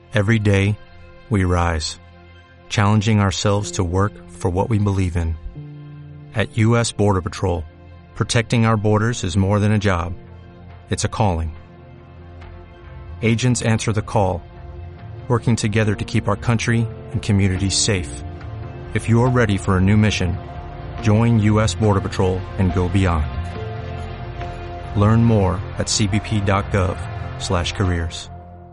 Every day, we rise, challenging ourselves to work for what we believe in. At U.S. Border Patrol, protecting our borders is more than a job. It's a calling. Agents answer the call, working together to keep our country and communities safe. If you're ready for a new mission, join U.S. Border Patrol and go beyond. Learn more at cbp.gov/careers.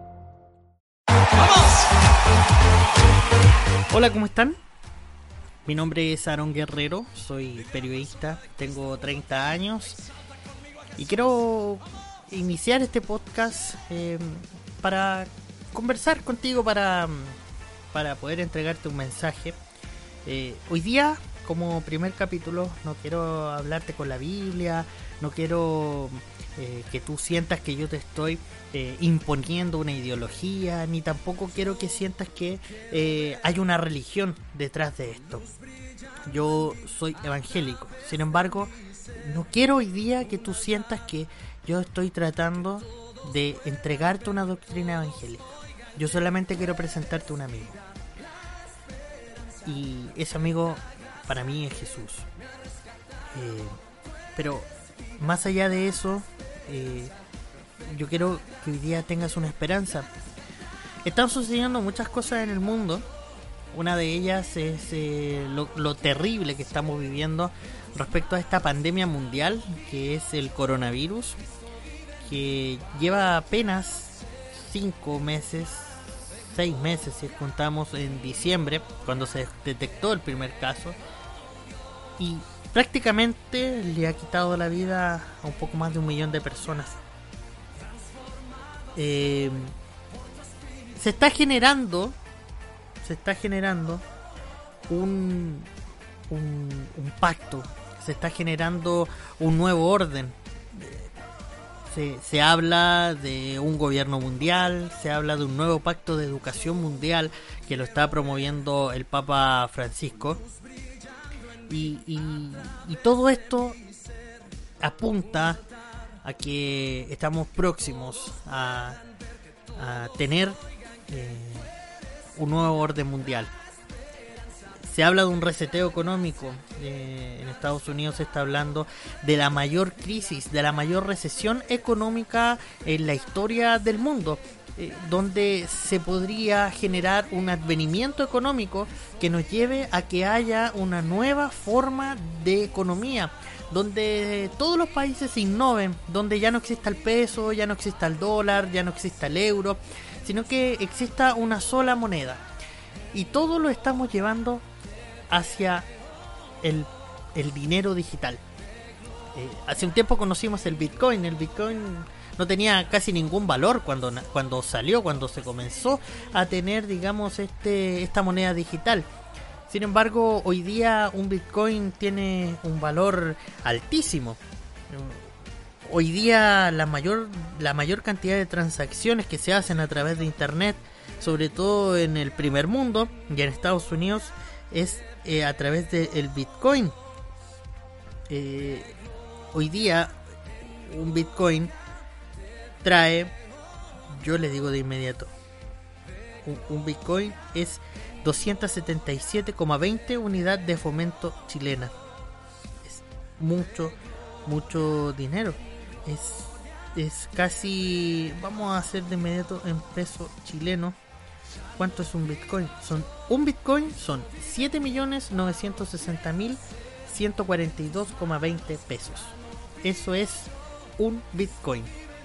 Hola, ¿cómo están? Mi nombre es Aaron Guerrero, soy periodista, tengo 30 años y quiero iniciar este podcast para conversar contigo, para poder entregarte un mensaje. Hoy día, como primer capítulo, no quiero hablarte con la Biblia, no quiero que tú sientas que yo te estoy imponiendo una ideología, ni tampoco quiero que sientas que hay una religión detrás de esto. Yo soy evangélico, sin embargo, no quiero hoy día que tú sientas que yo estoy tratando de entregarte una doctrina evangélica. Yo solamente quiero presentarte un amigo. Y ese amigo para mí es Jesús. Pero más allá de eso, yo quiero que hoy día tengas una esperanza. Están sucediendo muchas cosas en el mundo. Una de ellas es lo terrible que estamos viviendo respecto a esta pandemia mundial, que es el coronavirus, que lleva apenas 5 meses, 6 meses si contamos en diciembre, cuando se detectó el primer caso, y prácticamente le ha quitado la vida a un poco más de 1 millón de personas. Se está generando un pacto, se está generando un nuevo orden. Se habla de un gobierno mundial, se habla de un nuevo pacto de educación mundial que lo está promoviendo el Papa Francisco. Y todo esto apunta a que estamos próximos a tener un nuevo orden mundial. Se habla de un reseteo económico. En Estados Unidos se está hablando de la mayor crisis, de la mayor recesión económica en la historia del mundo, donde se podría generar un advenimiento económico que nos lleve a que haya una nueva forma de economía, donde todos los países se innoven, donde ya no exista el peso, ya no exista el dólar, ya no exista el euro, sino que exista una sola moneda. Y todo lo estamos llevando hacia el dinero digital. Hace un tiempo conocimos el Bitcoin. El Bitcoin no tenía casi ningún valor cuando salió, cuando se comenzó a tener, digamos, esta moneda digital. Sin embargo, hoy día un Bitcoin tiene un valor altísimo. Hoy día la mayor cantidad de transacciones que se hacen a través de internet, sobre todo en el primer mundo y en Estados Unidos, es a través del Bitcoin. Hoy día un Bitcoin trae, yo les digo de inmediato, un Bitcoin es 277,20 unidades de fomento chilena. Es mucho dinero. Es casi, vamos a hacer de inmediato en peso chileno. ¿Cuánto es un Bitcoin? Un Bitcoin son 7.960.142,20 pesos. Eso es un Bitcoin.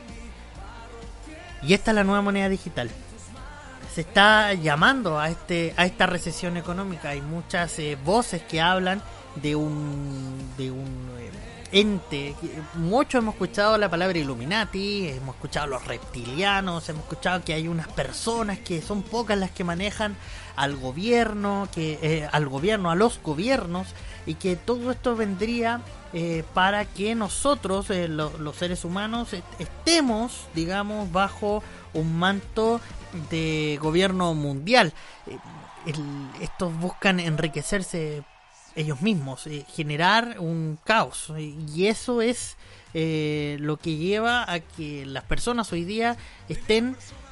Y esta es la nueva moneda digital. Se está llamando a esta recesión económica. Hay muchas voces que hablan de un ente. Muchos hemos escuchado la palabra Illuminati, hemos escuchado los reptilianos, hemos escuchado que hay unas personas que son pocas las que manejan al gobierno, a los gobiernos, y que todo esto vendría para que nosotros, los seres humanos, estemos, digamos, bajo un manto de gobierno mundial. Estos buscan enriquecerse ellos mismos, generar un caos, y eso es lo que lleva a que las personas hoy día estén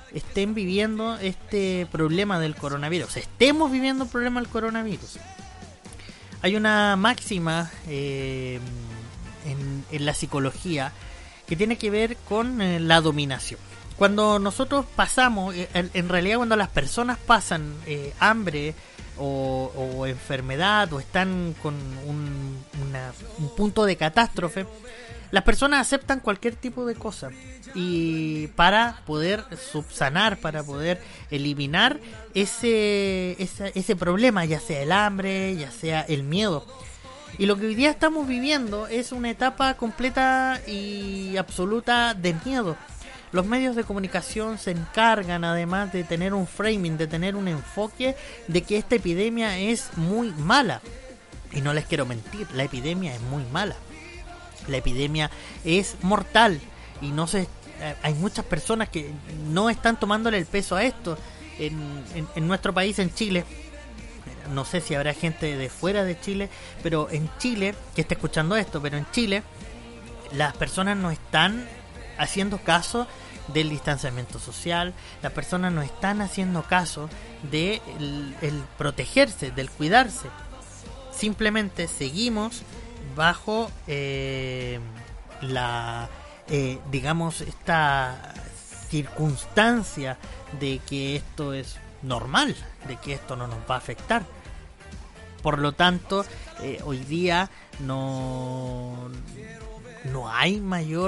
estén viviendo este problema del coronavirus, estemos viviendo el problema del coronavirus. Hay una máxima en la psicología que tiene que ver con la dominación. Cuando nosotros pasamos, en realidad cuando las personas pasan hambre o enfermedad o están con un punto de catástrofe, las personas aceptan cualquier tipo de cosa y para poder subsanar, para poder eliminar ese problema, ya sea el hambre, ya sea el miedo. Y lo que hoy día estamos viviendo es una etapa completa y absoluta de miedo. Los medios de comunicación se encargan, además de tener un framing, de tener un enfoque de que esta epidemia es muy mala. Y no les quiero mentir, la epidemia es muy mala. La epidemia es mortal y hay muchas personas que no están tomándole el peso a esto. En nuestro país, en Chile, no sé si habrá gente de fuera de Chile, pero en Chile, que está escuchando esto, pero en Chile las personas no están haciendo caso del distanciamiento social, las personas no están haciendo caso de el protegerse, del cuidarse. Simplemente seguimos bajo digamos, esta circunstancia de que esto es normal, de que esto no nos va a afectar. Por lo tanto, hoy día no hay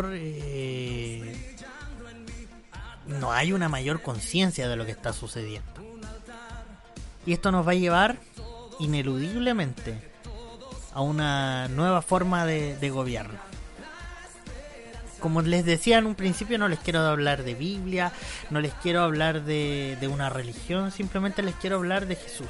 no hay una mayor conciencia de lo que está sucediendo. Y esto nos va a llevar ineludiblemente a una nueva forma de gobierno. Como les decía en un principio, no les quiero hablar de Biblia, no les quiero hablar de una religión, simplemente les quiero hablar de Jesús.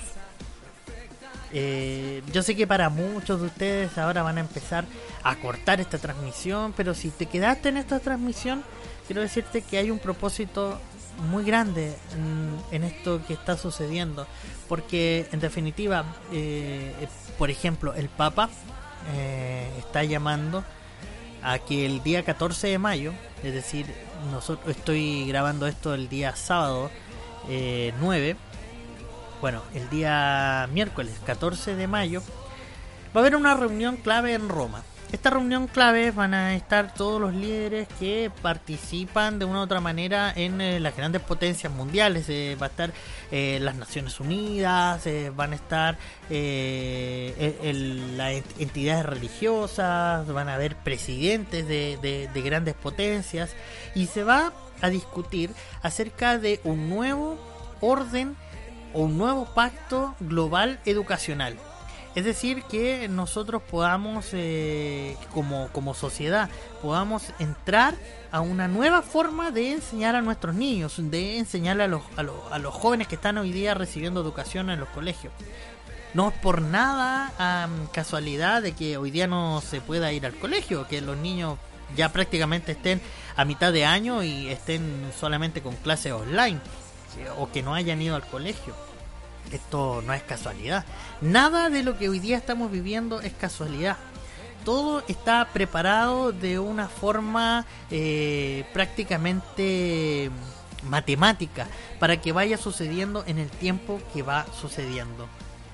Yo sé que para muchos de ustedes ahora van a empezar a cortar esta transmisión, pero si te quedaste en esta transmisión, quiero decirte que hay un propósito muy grande en esto que está sucediendo, porque en definitiva, por ejemplo, el Papa está llamando a que el día 14 de mayo, es decir, estoy grabando esto el día sábado 9, bueno, el día miércoles 14 de mayo va a haber una reunión clave en Roma. Esta reunión clave van a estar todos los líderes que participan de una u otra manera en las grandes potencias mundiales. Va a estar las Naciones Unidas, van a estar las entidades religiosas, van a haber presidentes de grandes potencias y se va a discutir acerca de un nuevo orden o un nuevo pacto global educacional. Es decir, que nosotros podamos, como sociedad, podamos entrar a una nueva forma de enseñar a nuestros niños, de enseñar a los jóvenes que están hoy día recibiendo educación en los colegios. No es por nada casualidad de que hoy día no se pueda ir al colegio, que los niños ya prácticamente estén a mitad de año y estén solamente con clases online, o que no hayan ido al colegio. Esto no es casualidad. Nada de lo que hoy día estamos viviendo es casualidad. Todo está preparado de una forma prácticamente matemática para que vaya sucediendo en el tiempo que va sucediendo.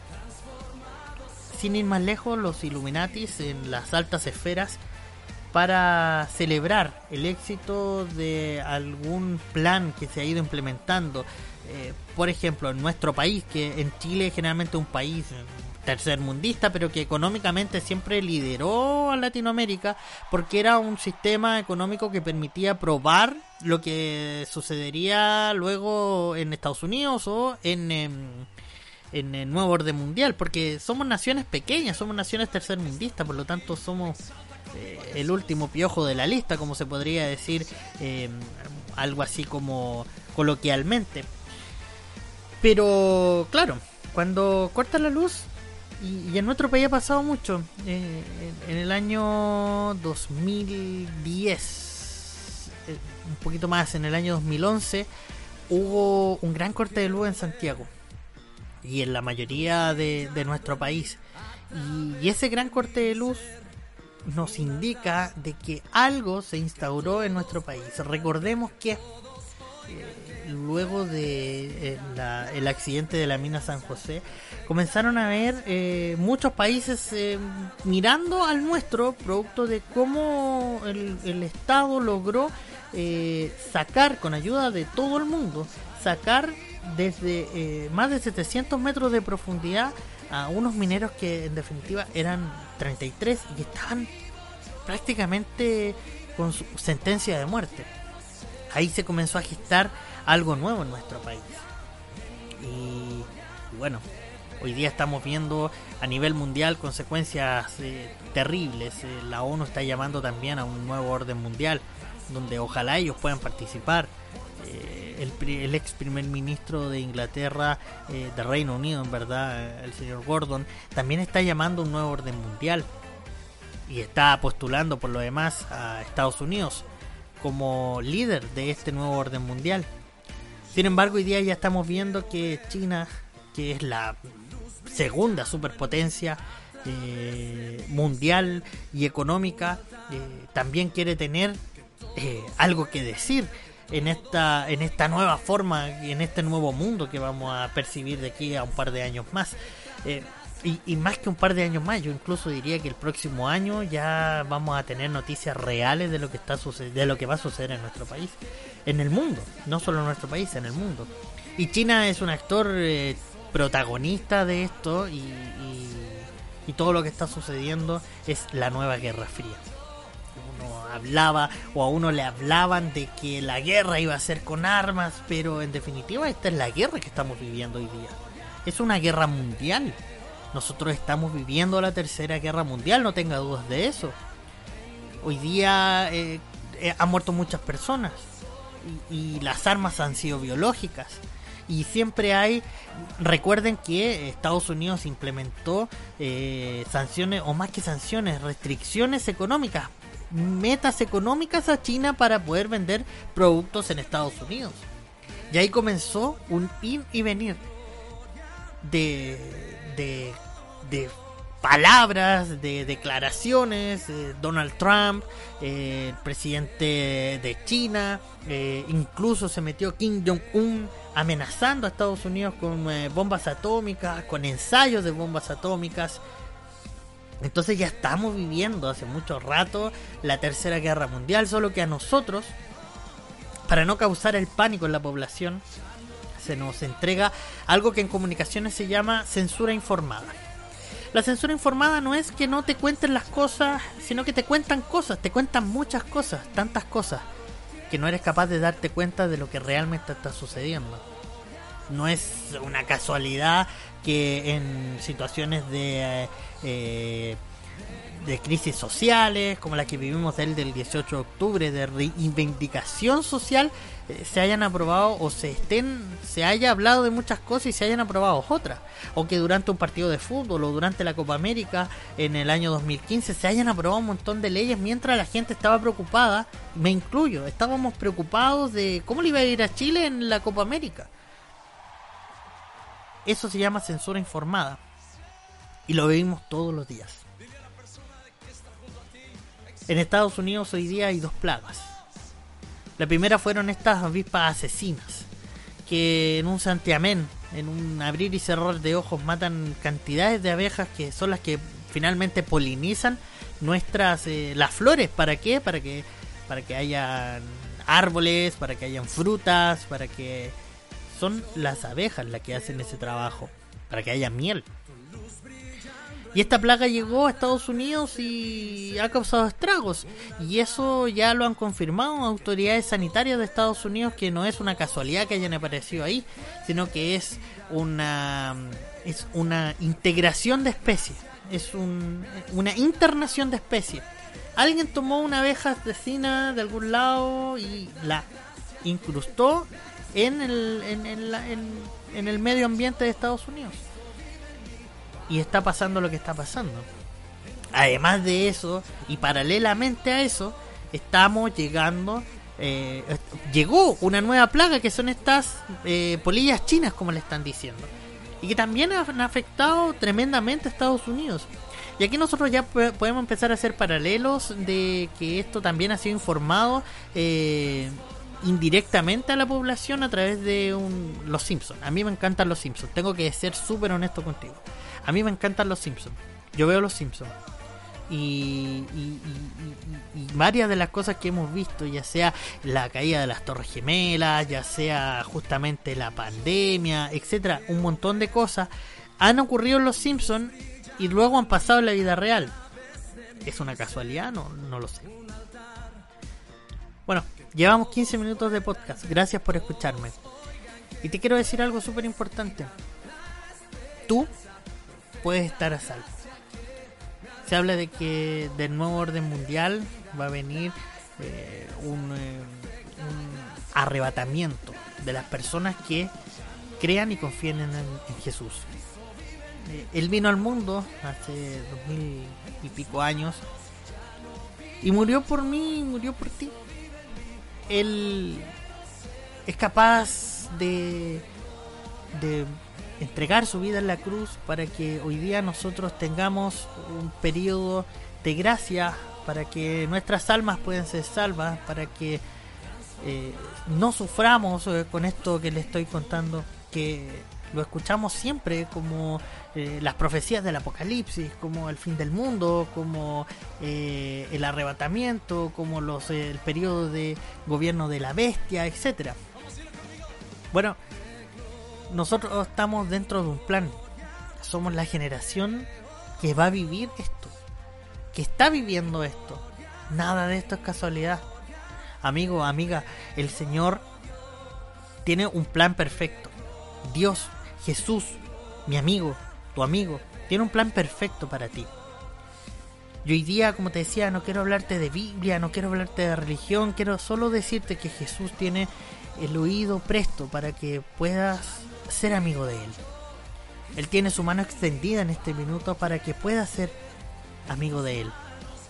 Sin ir más lejos, los Illuminatis en las altas esferas, para celebrar el éxito de algún plan que se ha ido implementando, por ejemplo en nuestro país, que en Chile generalmente un país tercermundista, pero que económicamente siempre lideró a Latinoamérica porque era un sistema económico que permitía probar lo que sucedería luego en Estados Unidos o en el nuevo orden mundial, porque somos naciones pequeñas, somos naciones tercermundistas, por lo tanto somos el último piojo de la lista, como se podría decir, algo así como coloquialmente. Pero claro, cuando corta la luz, y en nuestro país ha pasado mucho, en el año 2010, un poquito más, en el año 2011 hubo un gran corte de luz en Santiago y en la mayoría de nuestro país, y ese gran corte de luz nos indica de que algo se instauró en nuestro país. Recordemos que luego de el accidente de la mina San José, comenzaron a ver muchos países mirando al nuestro, producto de cómo el Estado logró sacar, con ayuda de todo el mundo, sacar desde más de 700 metros de profundidad a unos mineros que en definitiva eran 33 y que estaban prácticamente con su sentencia de muerte. Ahí se comenzó a gestar algo nuevo en nuestro país. Y bueno, hoy día estamos viendo a nivel mundial consecuencias terribles. La ONU está llamando también a un nuevo orden mundial, donde ojalá ellos puedan participar. El ex primer ministro de Inglaterra, de Reino Unido, en verdad, el señor Gordon, también está llamando a un nuevo orden mundial y está postulando por lo demás a Estados Unidos como líder de este nuevo orden mundial. Sin embargo, hoy día ya estamos viendo que China, que es la segunda superpotencia mundial y económica, también quiere tener algo que decir en esta nueva forma y en este nuevo mundo que vamos a percibir de aquí a un par de años más. Y más que un par de años más, yo incluso diría que el próximo año ya vamos a tener noticias reales de lo que de lo que va a suceder en nuestro país, en el mundo, no solo en nuestro país, en el mundo. Y China es un actor protagonista de esto y todo lo que está sucediendo es la nueva Guerra Fría. Uno hablaba o a uno le hablaban de que la guerra iba a ser con armas, pero en definitiva esta es la guerra que estamos viviendo hoy día. Es una guerra mundial. Nosotros estamos viviendo la tercera guerra mundial, no tenga dudas de eso. Hoy día han muerto muchas personas y las armas han sido biológicas. Y siempre hay, recuerden que Estados Unidos implementó sanciones, o más que sanciones, restricciones económicas, metas económicas a China para poder vender productos en Estados Unidos. Y ahí comenzó un ir y venir de palabras, de declaraciones. Donald Trump, el presidente de China, incluso se metió Kim Jong-un amenazando a Estados Unidos con bombas atómicas, con ensayos de bombas atómicas. Entonces ya estamos viviendo hace mucho rato la tercera guerra mundial, solo que a nosotros, para no causar el pánico en la población, se nos entrega algo que en comunicaciones se llama censura informada. La censura informada no es que no te cuenten las cosas, sino que te cuentan cosas, te cuentan muchas cosas, tantas cosas, que no eres capaz de darte cuenta de lo que realmente está sucediendo. No es una casualidad que en situaciones de crisis sociales, como la que vivimos del 18 de octubre, de reivindicación social, se hayan aprobado o se haya hablado de muchas cosas y se hayan aprobado otras, o que durante un partido de fútbol o durante la Copa América en el año 2015 se hayan aprobado un montón de leyes mientras la gente estaba preocupada, me incluyo, estábamos preocupados de cómo le iba a ir a Chile en la Copa América. Eso se llama censura informada y lo vivimos todos los días. En Estados Unidos hoy día hay dos plagas. La primera fueron estas avispas asesinas, que en un santiamén, en un abrir y cerrar de ojos, matan cantidades de abejas que son las que finalmente polinizan las flores. ¿Para qué? Para que hayan árboles, para que hayan frutas, para que son las abejas las que hacen ese trabajo, para que haya miel. Y esta plaga llegó a Estados Unidos y ha causado estragos. Y eso ya lo han confirmado autoridades sanitarias de Estados Unidos, que no es una casualidad que hayan aparecido ahí, sino que es una integración de especies. Es una internación de especies. Alguien tomó una abeja asesina de algún lado y la incrustó en el medio ambiente de Estados Unidos. Y está pasando lo que está pasando. Además de eso, y paralelamente a eso, estamos llegó una nueva plaga, que son estas polillas chinas, como le están diciendo, y que también han afectado tremendamente a Estados Unidos. Y aquí nosotros ya podemos empezar a hacer paralelos de que esto también ha sido informado indirectamente a la población a través de Los Simpsons. A mí me encantan Los Simpsons. Tengo que ser súper honesto contigo. A mí me encantan Los Simpsons. Yo veo Los Simpsons. Y varias de las cosas que hemos visto, ya sea la caída de las Torres Gemelas, ya sea justamente la pandemia, etcétera, un montón de cosas han ocurrido en Los Simpsons y luego han pasado en la vida real. ¿Es una casualidad? No lo sé. Bueno, llevamos 15 minutos de podcast. Gracias por escucharme. Y te quiero decir algo súper importante. Tú puedes estar a salvo. Se habla de que del nuevo orden mundial va a venir un arrebatamiento de las personas que crean y confíen en Jesús. Él vino al mundo hace 2000 y pico años y murió por mí y murió por ti. Él es capaz de entregar su vida en la cruz para que hoy día nosotros tengamos un periodo de gracia, para que nuestras almas puedan ser salvas, para que no suframos con esto que le estoy contando, que lo escuchamos siempre como las profecías del Apocalipsis, como el fin del mundo, como el arrebatamiento, como el periodo de gobierno de la bestia, etcétera. Bueno, nosotros estamos dentro de un plan. Somos la generación que va a vivir esto, que está viviendo esto. Nada de esto es casualidad. Amigo, amiga, el Señor tiene un plan perfecto. Dios, Jesús, mi amigo, tu amigo, tiene un plan perfecto para ti. Yo hoy día, como te decía, no quiero hablarte de Biblia, no quiero hablarte de religión, quiero solo decirte que Jesús tiene el oído presto para que puedas ser amigo de Él. Él tiene su mano extendida en este minuto para que puedas ser amigo de Él.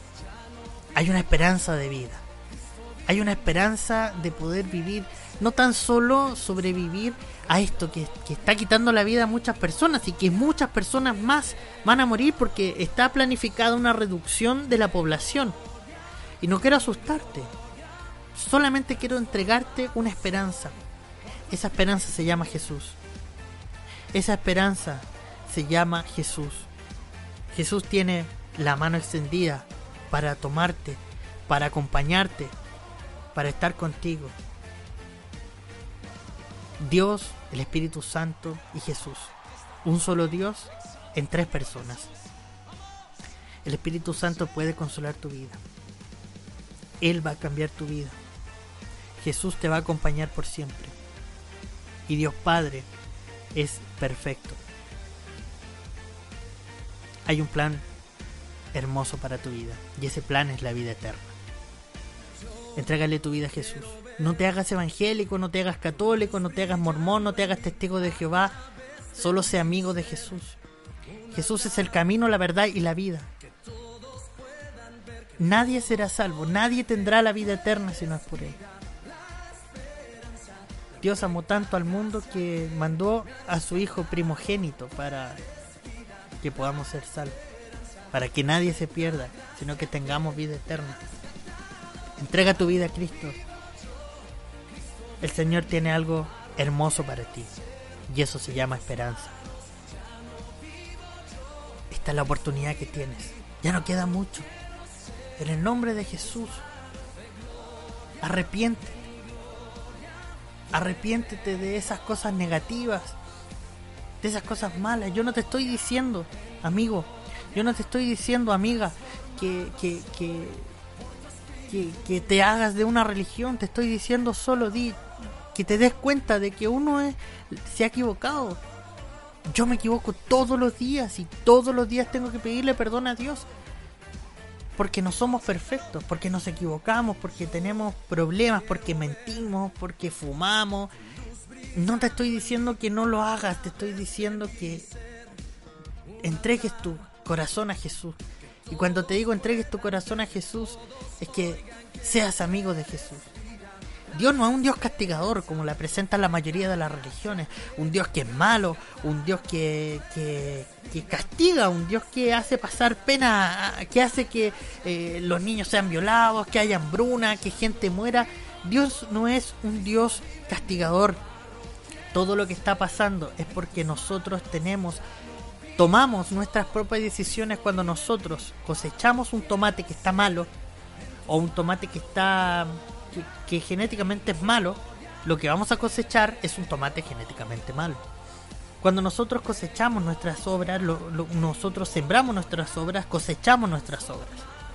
Hay una esperanza de vida. Hay una esperanza de poder vivir, no tan solo sobrevivir a esto que está quitando la vida a muchas personas y que muchas personas más van a morir porque está planificada una reducción de la población. Y no quiero asustarte, solamente quiero entregarte una esperanza. Esa esperanza se llama Jesús. Esa esperanza se llama Jesús. Jesús tiene la mano extendida para tomarte, para acompañarte, para estar contigo. Dios, el Espíritu Santo y Jesús. Un solo Dios en tres personas. El Espíritu Santo puede consolar tu vida. Él va a cambiar tu vida. Jesús te va a acompañar por siempre. Y Dios Padre es perfecto. Hay un plan hermoso para tu vida y ese plan es la vida eterna. Entrégale tu vida a Jesús. No te hagas evangélico, no te hagas católico, no te hagas mormón, no te hagas testigo de Jehová. Solo sé amigo de Jesús. Jesús es el camino, la verdad y la vida. Nadie será salvo, nadie tendrá la vida eterna si no es por Él. Dios amó tanto al mundo que mandó a su Hijo primogénito para que podamos ser salvos, para que nadie se pierda, sino que tengamos vida eterna. Entrega tu vida a Cristo. El Señor tiene algo hermoso para ti y eso se llama esperanza. Esta es la oportunidad que tienes. Ya no queda mucho. En el nombre de Jesús, arrepiéntete. Arrepiéntete de esas cosas negativas, de esas cosas malas. Yo no te estoy diciendo, amigo, yo no te estoy diciendo, amiga, que te hagas de una religión. Te estoy diciendo solo que te des cuenta de que uno se ha equivocado. Yo me equivoco todos los días y todos los días tengo que pedirle perdón a Dios. Porque no somos perfectos, porque nos equivocamos, porque tenemos problemas, porque mentimos, porque fumamos. No te estoy diciendo que no lo hagas, te estoy diciendo que entregues tu corazón a Jesús. Y cuando te digo entregues tu corazón a Jesús, es que seas amigo de Jesús. Dios no es un Dios castigador como la presentan la mayoría de las religiones. Un Dios que es malo, un Dios que castiga, un Dios que hace pasar pena, que hace que los niños sean violados, que haya hambruna, que gente muera. Dios no es un Dios castigador. Todo lo que está pasando es porque nosotros tomamos nuestras propias decisiones. Cuando nosotros cosechamos un tomate que está malo, o un tomate que genéticamente es malo, lo que vamos a cosechar es un tomate genéticamente malo. Cuando nosotros cosechamos nuestras obras, nosotros sembramos nuestras obras, cosechamos nuestras obras.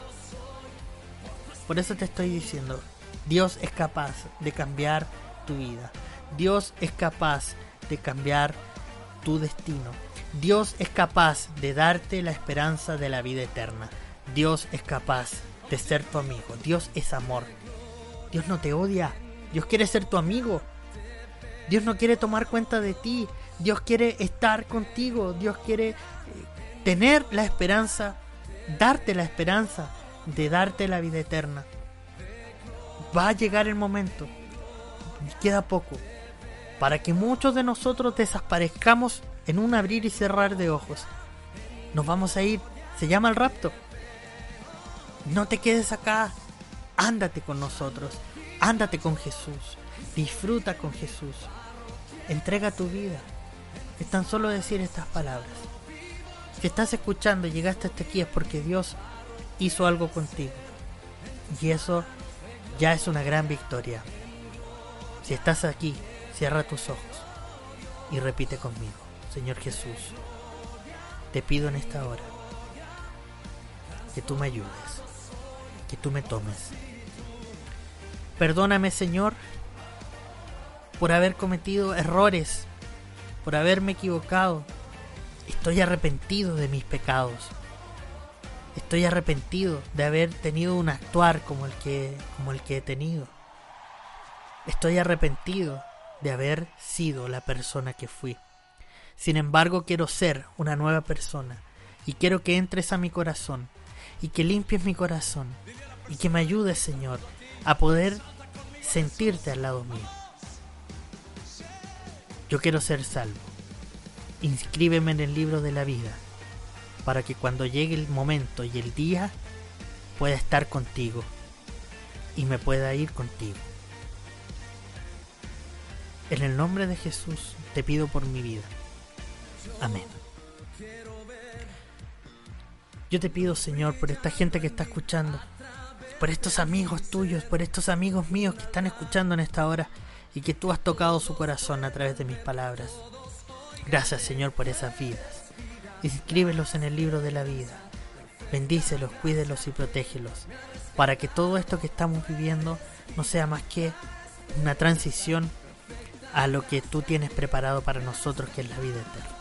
Por eso te estoy diciendo, Dios es capaz de cambiar tu vida. Dios es capaz de cambiar tu destino. Dios es capaz de darte la esperanza de la vida eterna. Dios es capaz de ser tu amigo. Dios es amor. Dios no te odia. Dios quiere ser tu amigo. Dios no quiere tomar cuenta de ti. Dios quiere estar contigo. Dios quiere tener la esperanza, darte la esperanza de darte la vida eterna. Va a llegar el momento, queda poco, para que muchos de nosotros desaparezcamos en un abrir y cerrar de ojos. Nos vamos a ir, se llama el rapto. No te quedes acá, ándate con nosotros, ándate con Jesús, disfruta con Jesús, entrega tu vida. Es tan solo decir estas palabras. Si estás escuchando y llegaste hasta aquí es porque Dios hizo algo contigo, y eso ya es una gran victoria. Si estás aquí, cierra tus ojos y repite conmigo: Señor Jesús, te pido en esta hora que tú me ayudes, que tú me tomes. Perdóname, Señor, por haber cometido errores, por haberme equivocado. Estoy arrepentido de mis pecados. Estoy arrepentido de haber tenido un actuar como el que he tenido. Estoy arrepentido de haber sido la persona que fui. Sin embargo, quiero ser una nueva persona y quiero que entres a mi corazón y que limpies mi corazón y que me ayudes, Señor, a poder sentirte al lado mío. Yo quiero ser salvo. Inscríbeme en el libro de la vida, para que cuando llegue el momento y el día pueda estar contigo y me pueda ir contigo. En el nombre de Jesús te pido por mi vida. Amén. Yo te pido, Señor, por esta gente que está escuchando, por estos amigos tuyos, por estos amigos míos que están escuchando en esta hora y que tú has tocado su corazón a través de mis palabras. Gracias, Señor, por esas vidas. Inscríbelos en el libro de la vida. Bendícelos, cuídelos y protégelos, para que todo esto que estamos viviendo no sea más que una transición a lo que tú tienes preparado para nosotros, que es la vida eterna.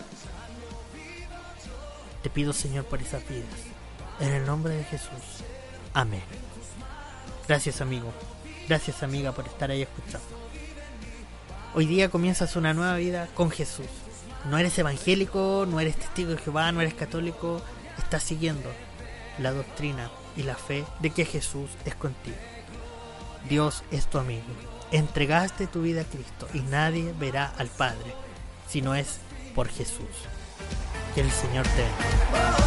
Te pido, Señor, por esas vidas. En el nombre de Jesús. Amén. Gracias, amigo. Gracias, amiga, por estar ahí escuchando. Hoy día comienzas una nueva vida con Jesús. No eres evangélico, no eres testigo de Jehová, no eres católico. Estás siguiendo la doctrina y la fe de que Jesús es contigo. Dios es tu amigo. Entregaste tu vida a Cristo y nadie verá al Padre si no es por Jesús. Que el Señor te bendiga.